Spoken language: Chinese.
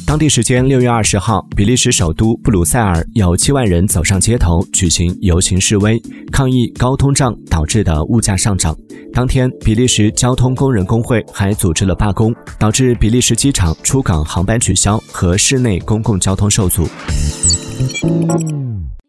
当地时间6月20号，比利时首都布鲁塞尔有7万人走上街头举行游行示威，抗议高通胀导致的物价上涨。当天，比利时交通工人工会还组织了罢工，导致比利时机场出港航班取消和市内公共交通受阻。